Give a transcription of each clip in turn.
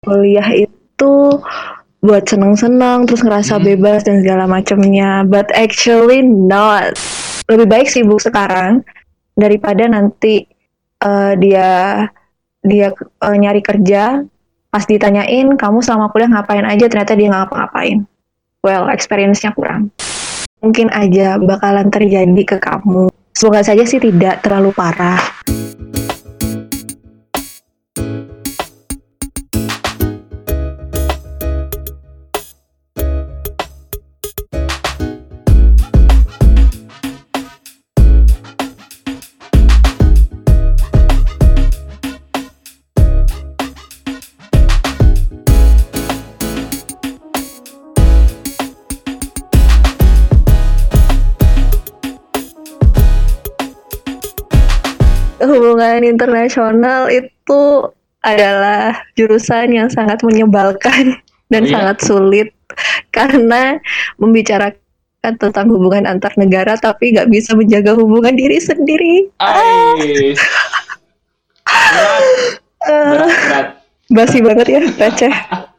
kuliah itu buat seneng-seneng terus ngerasa bebas dan segala macamnya, but actually not. Lebih baik sibuk sekarang daripada nanti dia nyari kerja, pas ditanyain kamu selama kuliah ngapain aja, ternyata dia nggak ngapa-ngapain. Well, experience-nya kurang. Mungkin aja bakalan terjadi ke kamu. Semoga saja sih tidak terlalu parah. Hubungan internasional itu adalah jurusan yang sangat menyebalkan dan sangat sulit karena membicarakan tentang hubungan antar negara tapi nggak bisa menjaga hubungan diri sendiri. Berat. Basi banget ya, receh.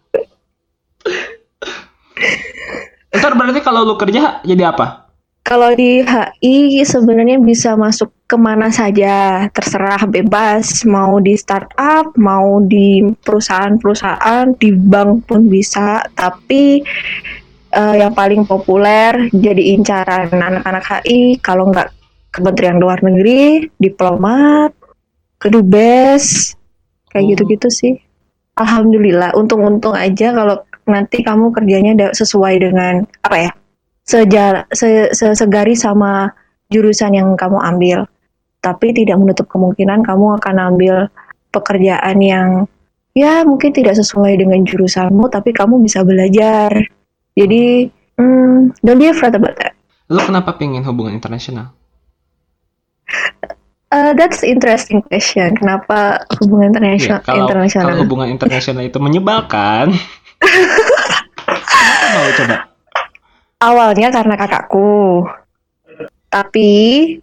Ntar berarti kalau lu kerja jadi apa? Kalau di HI sebenarnya bisa masuk kemana saja, terserah, bebas. Mau di startup, mau di perusahaan-perusahaan, di bank pun bisa. Tapi yang paling populer jadi incaran anak-anak HI, kalau nggak Kementerian Luar Negeri, diplomat, kedubes, kayak gitu-gitu sih. Alhamdulillah, untung-untung aja kalau nanti kamu kerjanya sesuai dengan apa ya? Segaris sama jurusan yang kamu ambil, tapi tidak menutup kemungkinan kamu akan ambil pekerjaan yang ya mungkin tidak sesuai dengan jurusanmu, tapi kamu bisa belajar. Jadi don't be afraid about that. Lo kenapa pengen hubungan internasional? That's interesting question. Kenapa hubungan internasional? Kalau hubungan internasional itu menyebalkan, kenapa mau coba? Awalnya karena kakakku, tapi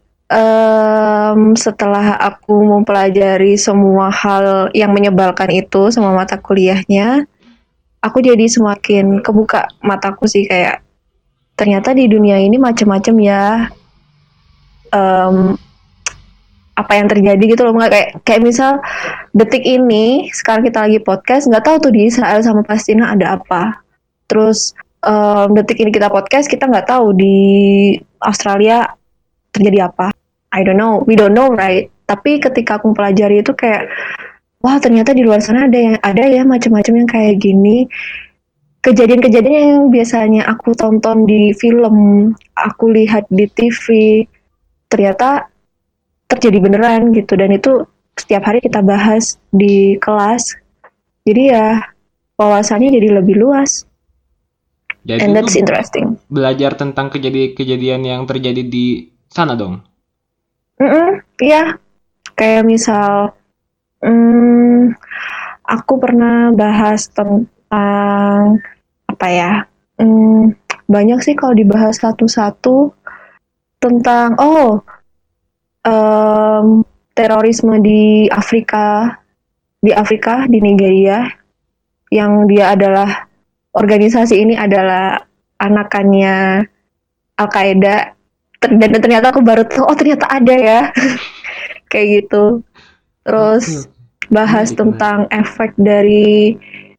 setelah aku mempelajari semua hal yang menyebalkan itu, semua mata kuliahnya, aku jadi semakin kebuka mataku sih, kayak ternyata di dunia ini macam-macam ya. Apa yang terjadi gitu loh, nggak kayak misal detik ini sekarang kita lagi podcast, nggak tahu tuh di Israel sama Palestina ada apa. Terus detik ini kita podcast, kita nggak tahu di Australia terjadi apa. I don't know, we don't know, right? Tapi ketika aku pelajari itu kayak, wah ternyata di luar sana ada ya macam-macam yang kayak gini. Kejadian-kejadian yang biasanya aku tonton di film, aku lihat di TV, ternyata terjadi beneran gitu, dan itu setiap hari kita bahas di kelas. Jadi ya wawasannya jadi lebih luas. Jadi and that's interesting. Belajar tentang kejadian yang terjadi di sana dong. Iya, kayak misal aku pernah bahas tentang apa ya, banyak sih kalau dibahas satu-satu tentang terorisme di Afrika, di Nigeria, yang dia adalah organisasi ini adalah anakannya Al-Qaeda, dan ternyata aku baru tahu, ternyata ada ya. Kayak gitu. Terus bahas tentang efek dari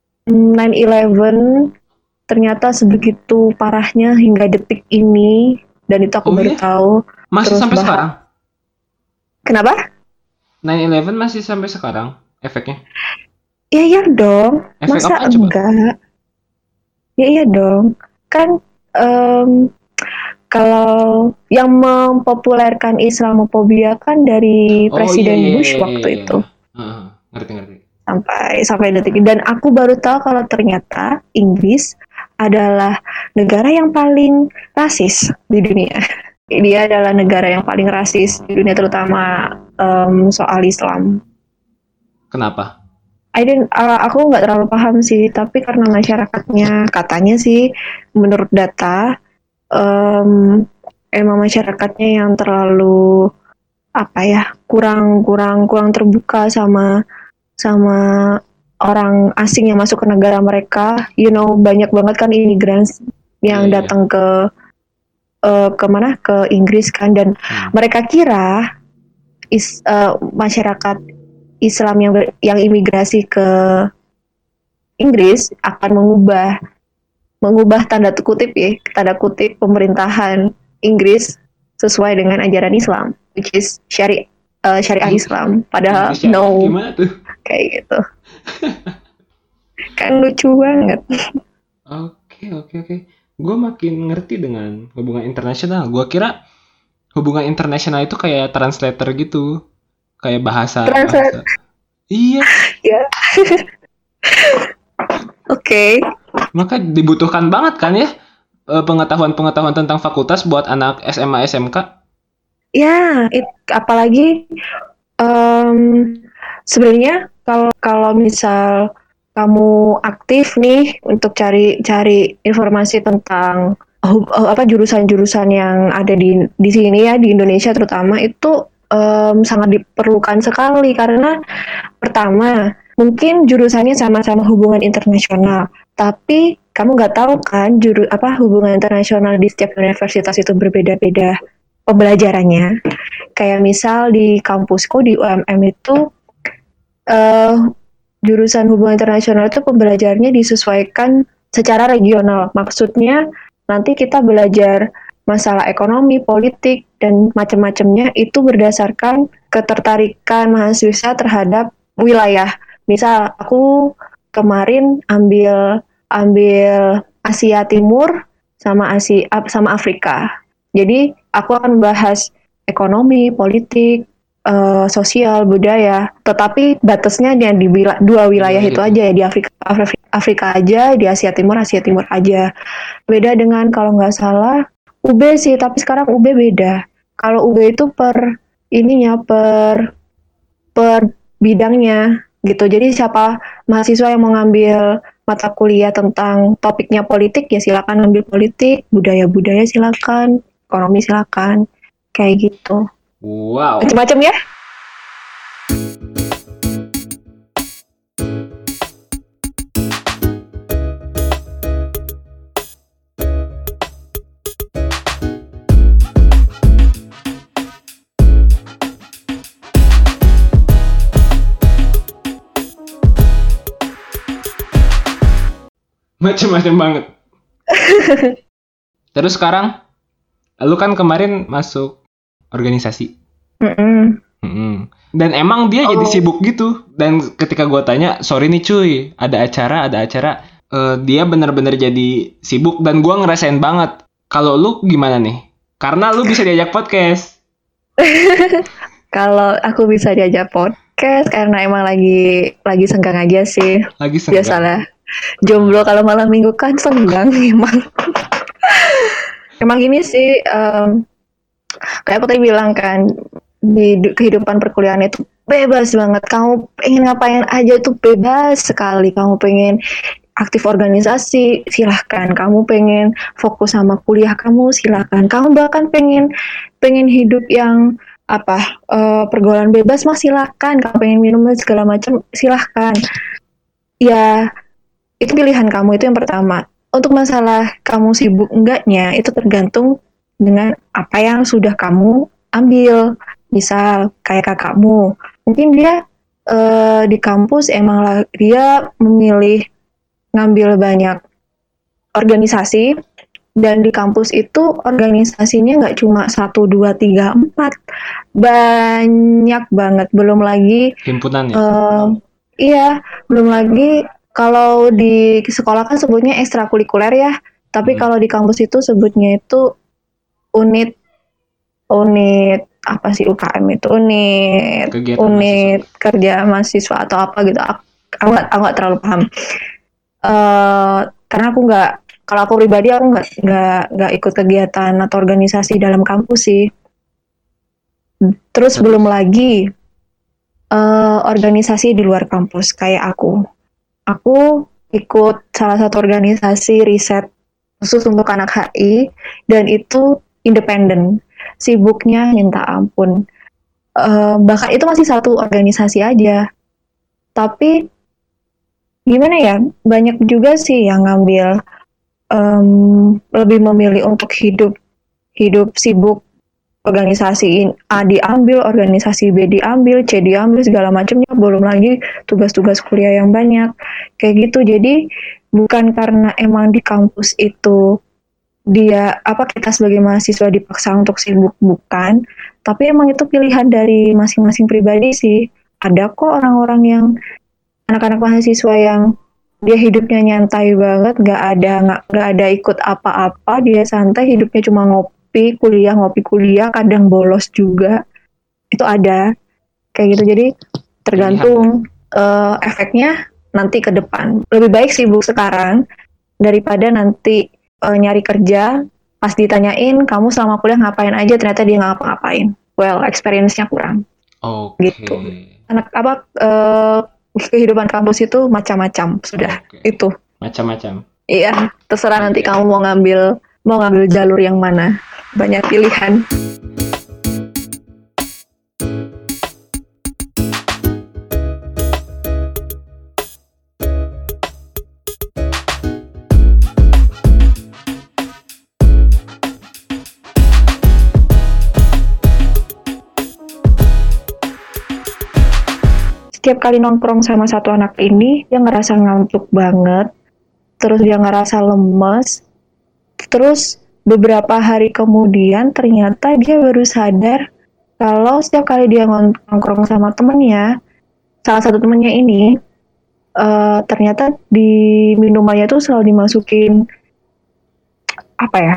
9/11, ternyata sebegitu parahnya hingga detik ini, dan itu aku baru tahu. Masih terus sampai sekarang? Kenapa? 9/11 masih sampai sekarang efeknya? Iya dong. Efek masa apaan, enggak? Ya iya dong. Kan kalau yang mempopulerkan Islamophobia kan dari Presiden Bush waktu itu. Ngerti. Sampai detik ini. Dan aku baru tahu kalau ternyata Inggris adalah negara yang paling rasis di dunia. Dia adalah negara yang paling rasis di dunia, terutama soal Islam. Kenapa? Aku nggak terlalu paham sih, tapi karena masyarakatnya, katanya sih menurut data, emang masyarakatnya yang terlalu kurang terbuka sama orang asing yang masuk ke negara mereka, banyak banget kan imigran yang Iya, iya. datang ke mana, ke Inggris kan, dan mereka kira masyarakat Islam yang imigrasi ke Inggris akan mengubah tanda kutip pemerintahan Inggris sesuai dengan ajaran Islam, which is syariah Islam. Padahal Inggris syariah no, gimana tuh? kayak gitu. Kan lucu banget. Oke. Gue makin ngerti dengan hubungan internasional. Gue kira hubungan internasional itu kayak translator gitu, kayak bahasa. Translate. Iya. Ya. Oke. Maka dibutuhkan banget kan ya pengetahuan tentang fakultas buat anak SMA SMK. Ya, apalagi sebenarnya kalau misal kamu aktif nih untuk cari informasi tentang jurusan-jurusan yang ada di sini ya, di Indonesia terutama, itu sangat diperlukan sekali karena pertama mungkin jurusannya sama-sama hubungan internasional, tapi kamu nggak tahu kan hubungan internasional di setiap universitas itu berbeda-beda pembelajarannya. Kayak misal di kampusku di UMM itu jurusan hubungan internasional itu pembelajarannya disesuaikan secara regional. Maksudnya nanti kita belajar masalah ekonomi, politik, dan macam-macamnya itu berdasarkan ketertarikan mahasiswa terhadap wilayah. Misal aku kemarin ambil Asia Timur sama Afrika. Jadi aku akan bahas ekonomi, politik, sosial, budaya, tetapi batasnya di dua wilayah itu aja ya, di Afrika aja, di Asia Timur aja. Beda dengan kalau nggak salah UB sih, tapi sekarang UB beda. Kalau UB itu per bidangnya gitu. Jadi siapa mahasiswa yang mau ngambil mata kuliah tentang topiknya politik ya silakan ambil politik, budaya silakan, ekonomi silakan, kayak gitu. Wow. Macam-macam ya. Macem-macem banget. Terus sekarang, lu kan kemarin masuk organisasi. Dan emang dia jadi sibuk gitu. Dan ketika gue tanya, sorry nih cuy, ada acara. Dia benar-benar jadi sibuk dan gue ngerasain banget. Kalau lu gimana nih? Karena lu bisa diajak podcast. Kalau aku bisa diajak podcast karena emang lagi senggang aja sih. Lagi senggang. Biasalah. Jomblo kalau malam minggu kan senggang emang. Emang gini sih, kayak aku tadi bilang kan, di kehidupan perkuliahan itu bebas banget. Kamu pengen ngapain aja itu bebas sekali. Kamu pengen aktif organisasi, silahkan. Kamu pengen fokus sama kuliah kamu, silahkan. Kamu bahkan pengen hidup yang pergaulan bebas mah silahkan. Kamu pengen minum segala macam, silahkan. Ya, itu pilihan kamu, itu yang pertama. Untuk masalah kamu sibuk enggaknya, itu tergantung dengan apa yang sudah kamu ambil. Misal kayak kakakmu, mungkin dia di kampus emang dia memilih ngambil banyak organisasi, dan di kampus itu organisasinya nggak cuma 1, 2, 3, 4, banyak banget. Belum lagi himpunan ya? Iya, belum lagi kalau di sekolah kan sebutnya ekstrakurikuler ya, tapi kalau di kampus itu sebutnya itu unit apa sih, UKM itu unit kerja mahasiswa atau apa gitu. Aku nggak terlalu paham. Karena kalau aku pribadi aku nggak ikut kegiatan atau organisasi dalam kampus sih. Terus belum lagi organisasi di luar kampus kayak aku ikut salah satu organisasi riset khusus untuk anak HI, dan itu independen, sibuknya minta ampun. Bahkan itu masih satu organisasi aja, tapi gimana ya, banyak juga sih yang ngambil lebih memilih untuk hidup hidup sibuk, organisasi A diambil, organisasi B diambil, C diambil, segala macamnya, belum lagi tugas-tugas kuliah yang banyak kayak gitu. Jadi bukan karena emang di kampus itu dia apa kita sebagai mahasiswa dipaksa untuk sibuk, bukan, tapi emang itu pilihan dari masing-masing pribadi sih. Ada kok orang-orang yang anak-anak mahasiswa yang dia hidupnya nyantai banget, nggak ada ikut apa-apa, dia santai, hidupnya cuma ngopi kuliah, kadang bolos juga, itu ada kayak gitu. Jadi Pilihan ya. tergantung efeknya nanti ke depan. Lebih baik sibuk sekarang daripada nanti nyari kerja pas ditanyain kamu selama kuliah ngapain aja, ternyata dia nggak ngapa-ngapain. Well, experience-nya kurang Oke. gitu. Anak apa kehidupan kampus itu macam-macam sudah Oke. itu. Macam-macam. Iya, terserah nanti Oke. kamu mau ngambil jalur yang mana. Banyak pilihan. Setiap kali nongkrong sama satu anak ini, dia ngerasa ngantuk banget, terus dia ngerasa lemes, terus beberapa hari kemudian ternyata dia baru sadar kalau setiap kali dia nongkrong sama temennya, salah satu temennya ini, ternyata di minumannya tuh selalu dimasukin apa ya,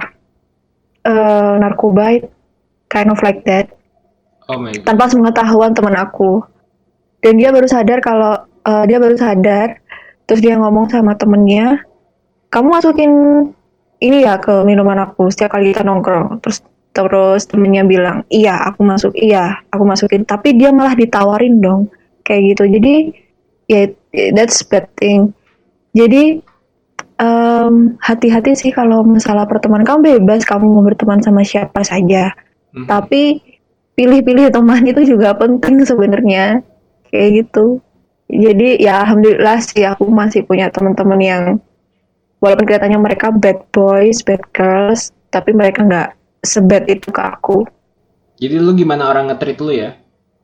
narkoba, kind of like that, Oh my god. tanpa sepengetahuan teman aku. Dan dia baru sadar kalau dia baru sadar, terus dia ngomong sama temennya, kamu masukin ini ya ke minuman aku setiap kali kita nongkrong. Terus temennya bilang, iya aku masukin. Tapi dia malah ditawarin dong, kayak gitu. Jadi ya that's bad thing. Jadi hati-hati sih kalau masalah pertemanan. Kamu bebas, kamu mau berteman sama siapa saja. Tapi pilih-pilih teman itu juga penting sebenarnya, kayak gitu. Jadi ya alhamdulillah sih aku masih punya teman-teman yang walaupun kelihatannya mereka bad boys, bad girls, tapi mereka nggak sebad itu ke aku. Jadi lu gimana orang nge-treat lu ya?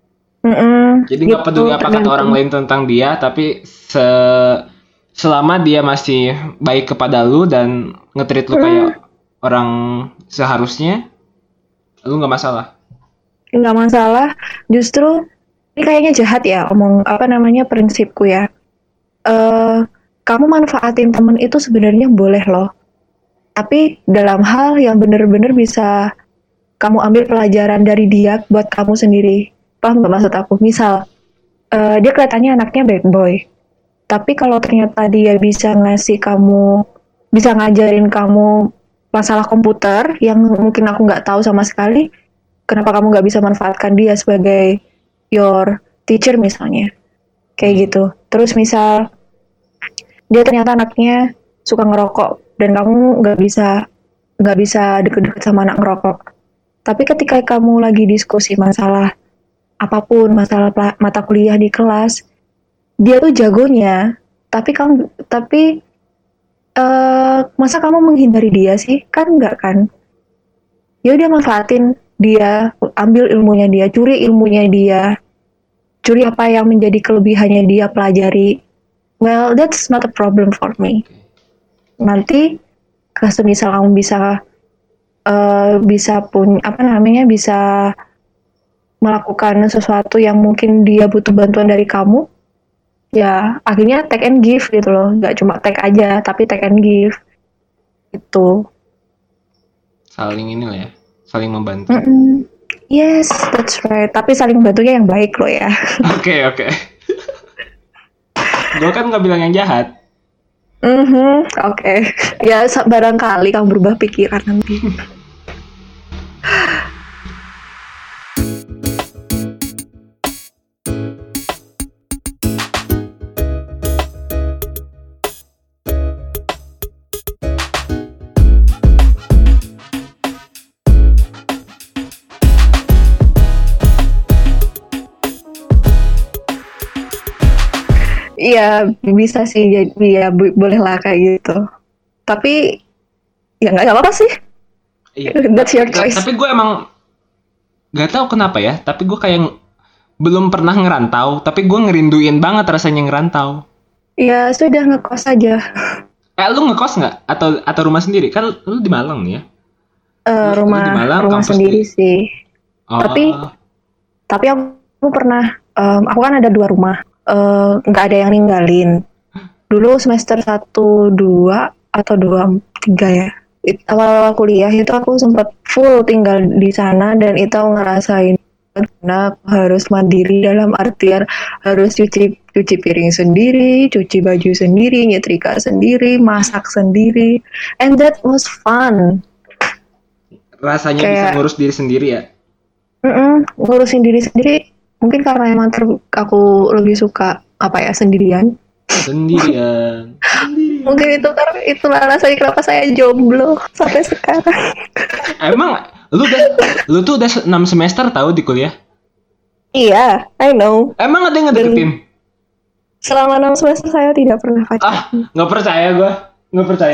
Jadi nggak Gitu, peduli apa kata orang tergantung. lain tentang dia, tapi selama dia masih baik kepada lu dan nge-treat lu kayak orang seharusnya, lu nggak masalah. Nggak masalah. Justru ini kayaknya jahat ya omong apa namanya prinsipku ya. Kamu manfaatin temen itu sebenarnya boleh loh. Tapi dalam hal yang benar-benar bisa kamu ambil pelajaran dari dia buat kamu sendiri. Paham nggak maksud aku? Misal, dia kelihatannya anaknya bad boy. Tapi kalau ternyata dia bisa ngajarin kamu masalah komputer yang mungkin aku nggak tahu sama sekali, kenapa kamu nggak bisa manfaatkan dia sebagai your teacher misalnya? Kayak gitu. Terus misal, dia ternyata anaknya suka ngerokok dan kamu nggak bisa deket-deket sama anak ngerokok. Tapi ketika kamu lagi diskusi masalah apapun, masalah mata kuliah di kelas, dia tuh jagonya, tapi masa kamu menghindari dia sih? Kan enggak kan? Ya udah manfaatin dia, ambil ilmunya dia, curi ilmunya dia, curi apa yang menjadi kelebihannya dia, pelajari. Well, that's not a problem for me. Nanti semisal kamu bisa melakukan sesuatu yang mungkin dia butuh bantuan dari kamu, ya akhirnya take and give gitu loh, nggak cuma take aja tapi take and give itu. Saling ini lah ya, saling membantu. Yes, that's right, tapi saling bantunya yang baik loh ya. Oke. Gue kan nggak bilang yang jahat. Oke. Ya barangkali kamu berubah pikiran nanti. Iya, bisa sih, jadi ya boleh lah kayak gitu. Tapi ya nggak apa-apa sih. Iya. That's your choice. Tapi gue emang nggak tahu kenapa ya. Tapi gue kayak belum pernah ngerantau. Tapi gue ngerinduin banget rasanya ngerantau. Ya sudah, ngekos aja. Lu ngekos nggak? Atau rumah sendiri? Kan lu di Malang nih ya. Lu di Rumah Malang, rumah kampus sendiri di. sih. Oh, Tapi aku pernah, aku kan ada 2 rumah. Nggak ada yang ninggalin. Dulu semester 1, 2 atau 2, 3 ya. Awal kuliah itu aku sempat full tinggal di sana, dan itu aku ngerasain karena aku harus mandiri dalam artian harus cuci piring sendiri, cuci baju sendiri, nyetrika sendiri, masak sendiri, and that was fun. rasanya bisa Kayak ngurus diri sendiri ya. ngurusin diri sendiri, mungkin karena emang aku lebih suka apa ya, sendirian. Sendirian. Mungkin itu karena itulah rasanya kenapa saya jomblo sampai sekarang. Emang lu tuh udah 6 semester tahu di kuliah? Iya, I know. Emang ada yang ngedeketin? Selama 6 semester saya tidak pernah pacaran. Nggak percaya gue. Nggak percaya.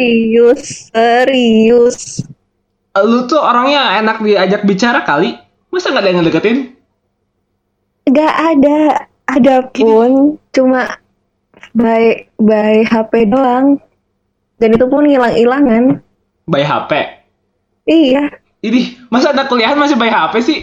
Serius. Lu tuh orangnya enak diajak bicara kali. Masa nggak ada yang ngedeketin? Gak ada pun, cuma by HP doang. Dan itu pun hilang-hilangan. By HP? Iya. Ini masa anak kuliahan masih by HP sih?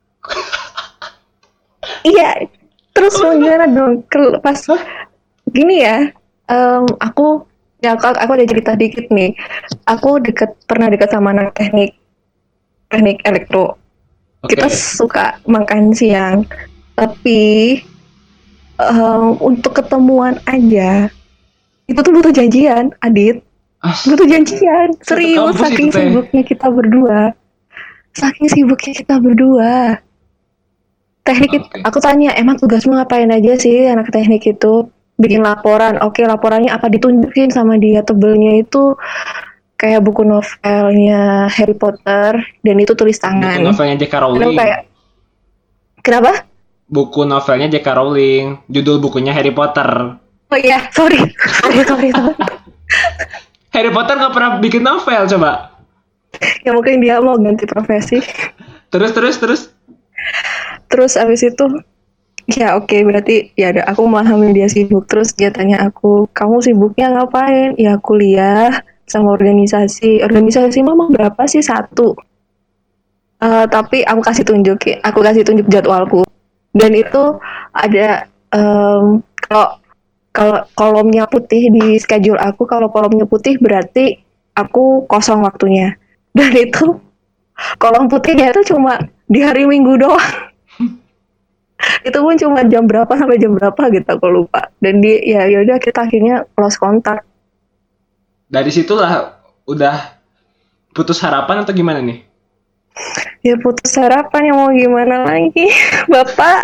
Iya. Terus mau gimana dong? Pas gini ya, aku ada cerita dikit nih. Aku pernah deket sama anak teknik elektro. Okay. Kita suka makan siang, tapi untuk ketemuan aja itu tuh butuh janjian, Adit. Butuh janjian, serius. Saking sibuknya kita berdua. Teknik itu, aku tanya, emang tugasmu ngapain aja sih anak teknik itu? Bikin laporan. Oke, laporannya apa? Ditunjukin sama dia, tebelnya itu kayak buku novelnya Harry Potter, dan itu tulis tangan. Buku novelnya J.K. Rowling. Kenapa? Buku novelnya J.K. Rowling. Judul bukunya Harry Potter. Oh iya, sorry. Harry Potter nggak pernah bikin novel, coba. Ya mungkin dia mau ganti profesi. Terus abis itu, ya oke, berarti ya aku memahami dia sibuk. Terus dia tanya aku, kamu sibuknya ngapain? Ya kuliah sama organisasi mama berapa sih? 1. Tapi aku kasih tunjuk jadwalku, dan itu ada kalau kolomnya putih di schedule aku. Kalau kolomnya putih berarti aku kosong waktunya, dan itu kolom putihnya itu cuma di hari Minggu doang. Itu pun cuma jam berapa sampai jam berapa gitu, aku lupa. Dan ya udah, kita akhirnya lost kontak. Dari situlah udah putus harapan atau gimana nih? Ya putus harapan, yang mau gimana lagi, Bapak.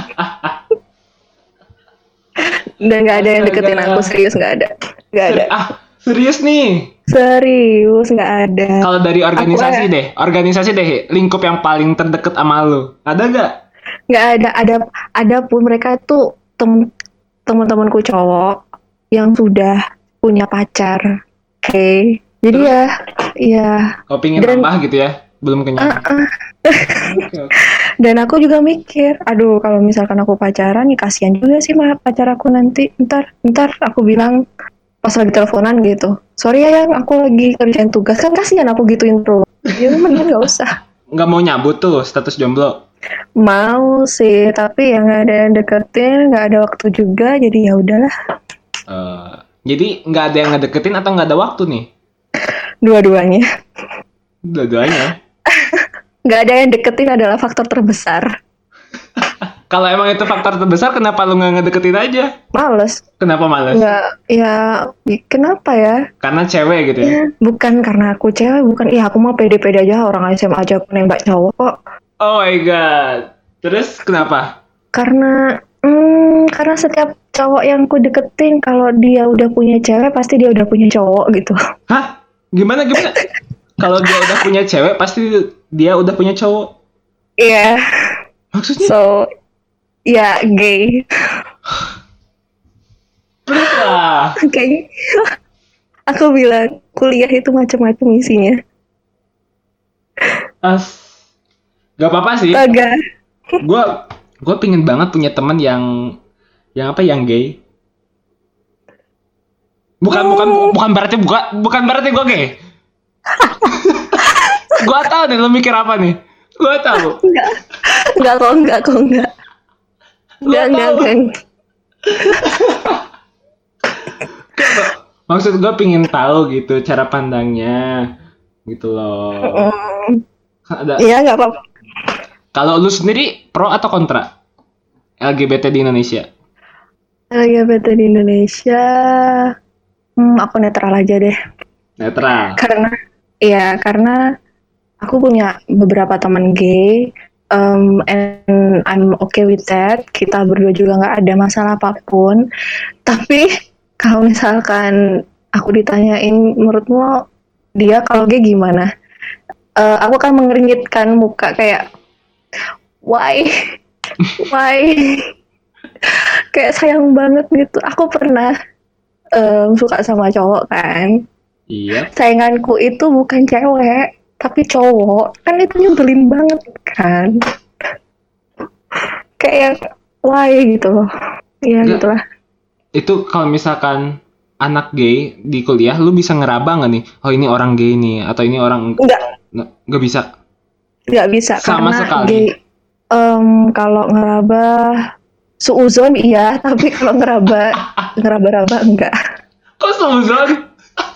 Dan nggak ada yang deketin aku, serius nggak ada. Serius nih? Serius nggak ada. Kalau dari organisasi deh, lingkup yang paling terdekat sama lu, ada nggak? Nggak ada pun. Mereka tuh teman-temanku cowok yang sudah punya pacar. Oke. Jadi ya. Kau pingin nambah gitu ya? Belum kenyang. Okay. Dan aku juga mikir, aduh, kalau misalkan aku pacaran, nih kasihan juga sih pacar aku nanti. Ntar aku bilang pas lagi teleponan gitu, sorry ya yang aku lagi kerjain tugas, kan kasihan aku gituin terus. Ya mending nggak usah. Nggak mau nyabut tuh status jomblo? Mau sih, tapi yang nggak ada yang deketin, nggak ada waktu juga, jadi ya udahlah. Jadi nggak ada yang ngedeketin atau nggak ada waktu nih? Dua-duanya. Nggak ada yang deketin adalah faktor terbesar. Kalau emang itu faktor terbesar, kenapa lu nggak ngedeketin aja? Males. Kenapa males? Nggak, ya kenapa ya? Karena cewek gitu ya? Bukan karena aku cewek, bukan. Iya, aku mah pede-pede aja, orang SMA aja aku nembak cowok kok. Oh my god. Terus kenapa? Karena setiap cowok yang ku deketin, kalau dia udah punya cewek, pasti dia udah punya cowok gitu. Hah? Gimana? Kalau dia udah punya cewek, pasti dia udah punya cowok? Iya. Yeah. Maksudnya? So, ya gay. Terus lah. Kayak aku bilang kuliah itu macam-macam isinya. Gak apa-apa sih. Agak. Gue pingin banget punya teman yang apa, yang gay. Bukan berarti gue gay. Gue tahu nih lo mikir apa nih. Gue tahu. Enggak kok. Enggak. Maksud gue pingin tahu gitu cara pandangnya gitu loh. Iya, nggak apa-apa. Kalau lu sendiri pro atau kontra LGBT di Indonesia? LGBT di Indonesia, aku netral aja deh. Netral. Karena aku punya beberapa teman gay, and I'm okay with that. Kita berdua juga nggak ada masalah apapun. Tapi kalau misalkan aku ditanyain, menurutmu dia kalau gay gimana? Aku akan mengernyitkan muka kayak, why? Kayak sayang banget gitu. Aku pernah suka sama cowok kan. Iya. Sayanganku itu bukan cewek, tapi cowok. Kan itu nyebelin banget kan. Kayak why gitu. Ya gitulah. Itu kalau misalkan anak gay di kuliah, lu bisa ngeraba nggak nih? Oh ini orang gay nih, atau ini orang... Nggak bisa. Nggak bisa sama karena sekali. Gay, kalau ngeraba suuzon iya, tapi kalau ngeraba enggak. Kok suuzon?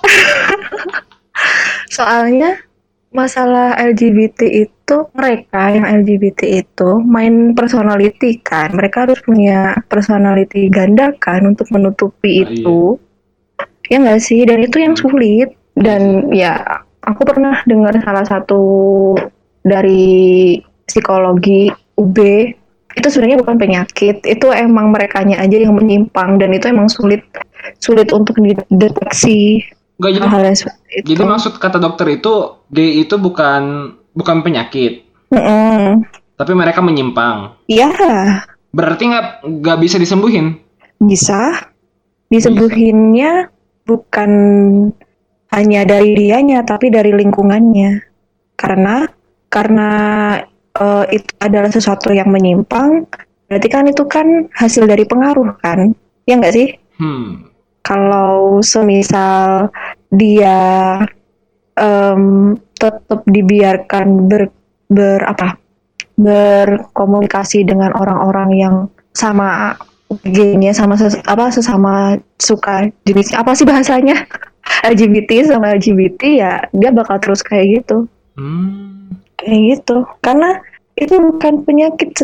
Soalnya masalah LGBT itu, mereka yang LGBT itu main personality kan. Mereka harus punya personality ganda kan untuk menutupi itu. Iya. Ya nggak sih? Dan itu yang sulit. Dan ya aku pernah dengar salah satu dari psikologi UB, itu sebenarnya bukan penyakit, itu emang merekanya aja yang menyimpang, dan itu emang sulit untuk dideteksi. Hal-hal seperti itu. Jadi maksud kata dokter itu gay itu bukan penyakit, tapi mereka menyimpang. Iya. Berarti nggak bisa disembuhin? Bisa. Disembuhinnya bukan hanya dari dianya, tapi dari lingkungannya. Karena itu adalah sesuatu yang menyimpang, berarti kan itu kan hasil dari pengaruh kan, ya nggak sih? Kalau semisal dia tetap dibiarkan berkomunikasi dengan orang-orang yang sama gaynya, sama sesama suka jenis apa sih bahasanya, LGBT sama LGBT, ya dia bakal terus kayak gitu. Kayak gitu. Karena itu bukan penyakit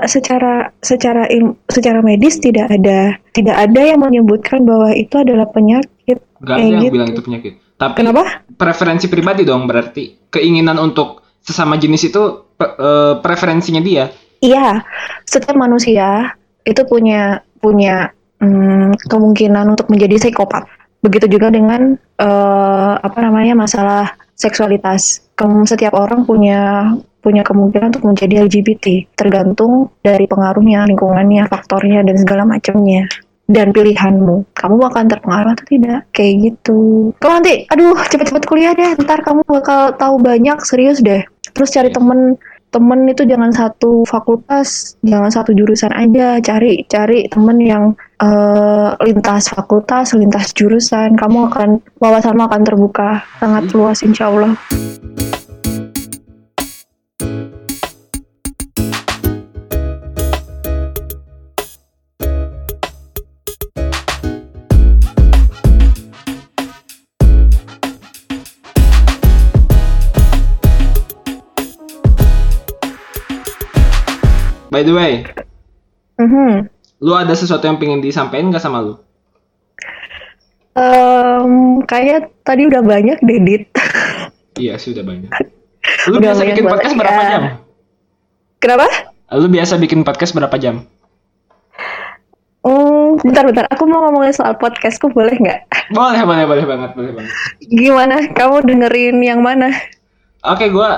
secara medis, tidak ada yang menyebutkan bahwa itu adalah penyakit. Gak ada yang bilang itu penyakit. Tapi kenapa? Preferensi pribadi dong, berarti keinginan untuk sesama jenis itu preferensinya dia. Iya, setiap manusia itu punya kemungkinan untuk menjadi psikopat. Begitu juga dengan masalah seksualitas. Setiap orang punya kemungkinan untuk menjadi LGBT, tergantung dari pengaruhnya, lingkungannya, faktornya, dan segala macamnya. Dan pilihanmu, kamu akan terpengaruh atau tidak, kayak gitu. Kalau nanti, cepet-cepet kuliah deh, ntar kamu bakal tahu banyak, serius deh. Terus cari temen itu jangan satu fakultas, jangan satu jurusan aja, cari temen yang lintas fakultas, lintas jurusan. Wawasanmu akan terbuka sangat luas, insya Allah. By the way, lu ada sesuatu yang pengen disampaikan nggak sama lu? Kayaknya tadi udah banyak deh, Dit. Iya, sudah banyak. Lu biasa bikin podcast berapa jam? Kenapa? Lu biasa bikin podcast berapa jam? Bentar. Aku mau ngomongin soal podcastku, boleh nggak? Boleh banget. Gimana? Kamu dengerin yang mana? Oke, gue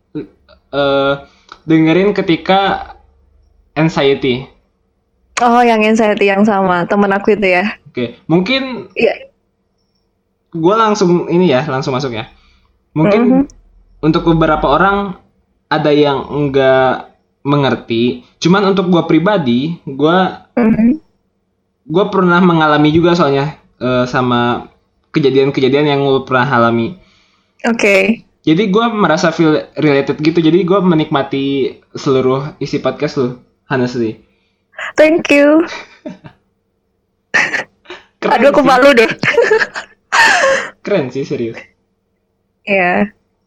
dengerin ketika Anxiety. Oh, yang Anxiety yang sama temen aku itu ya? Oke, mungkin Iya. gue langsung masuk ya. Mungkin untuk beberapa orang ada yang enggak mengerti. Cuman untuk gue pribadi, gue pernah mengalami juga soalnya sama kejadian-kejadian yang gue pernah alami. Oke. Jadi gue merasa feel related gitu. Jadi gue menikmati seluruh isi podcast lu, honestly. Thank you. Keren Aduh, aku sih. malu deh. Keren sih, serius. Ya.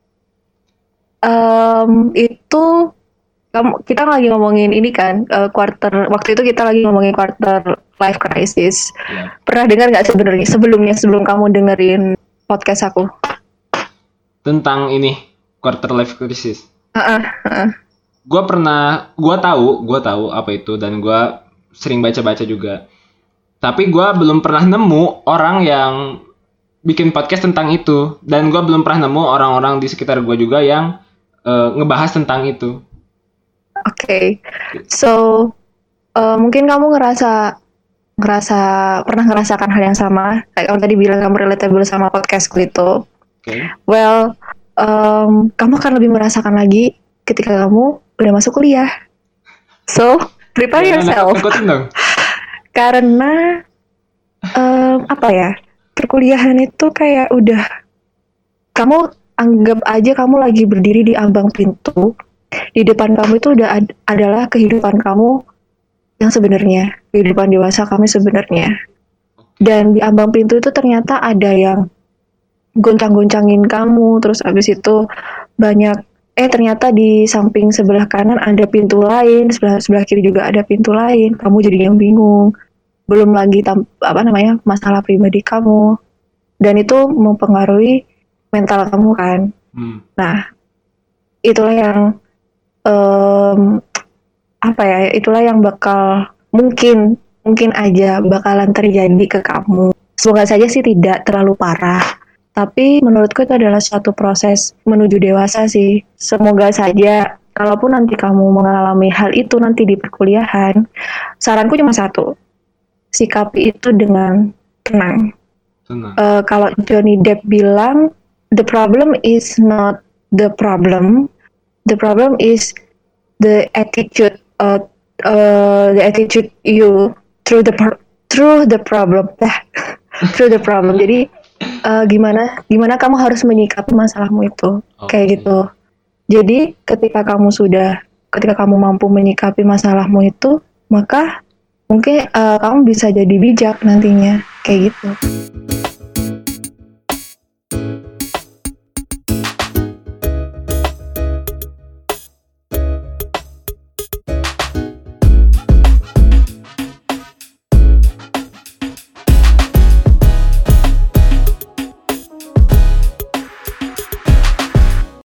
Itu kita lagi ngomongin ini kan, waktu itu kita lagi ngomongin quarter life crisis. Ya. Pernah dengar nggak sebenarnya sebelum kamu dengerin podcast aku? Tentang ini, quarter life crisis. Uh-uh. Gue tahu apa itu, dan gue sering baca-baca juga. Tapi gue belum pernah nemu orang yang bikin podcast tentang itu, dan gue belum pernah nemu orang-orang di sekitar gue juga yang ngebahas tentang itu. Oke. So mungkin kamu pernah ngerasakan hal yang sama, kayak kamu tadi bilang kamu relatable sama podcastku itu. Okay. Well, kamu akan lebih merasakan lagi ketika kamu udah masuk kuliah. So, prepare yourself. Ikutin dong. Karena apa ya, perkuliahan itu kayak udah, kamu anggap aja kamu lagi berdiri di ambang pintu. Di depan kamu itu udah adalah kehidupan kamu yang sebenarnya, kehidupan dewasa kamu sebenarnya. Dan di ambang pintu itu ternyata ada yang goncang-goncangin kamu, terus abis itu banyak ternyata di samping sebelah kanan ada pintu lain, sebelah kiri juga ada pintu lain. Kamu jadi yang bingung. Belum lagi masalah pribadi kamu, dan itu mempengaruhi mental kamu kan. Nah, itulah yang itulah yang bakal mungkin aja bakalan terjadi ke kamu. Semoga saja sih tidak terlalu parah. Tapi menurutku itu adalah suatu proses menuju dewasa sih. Semoga saja kalaupun nanti kamu mengalami hal itu nanti di perkuliahan, saranku cuma satu. Sikapi itu dengan tenang. Kalau Johnny Depp bilang, the problem is not the problem. The problem is the attitude you through the problem. Through the problem. Jadi gimana kamu harus menyikapi masalahmu itu, kayak gitu. Jadi ketika kamu mampu menyikapi masalahmu itu, maka mungkin kamu bisa jadi bijak nantinya, kayak gitu.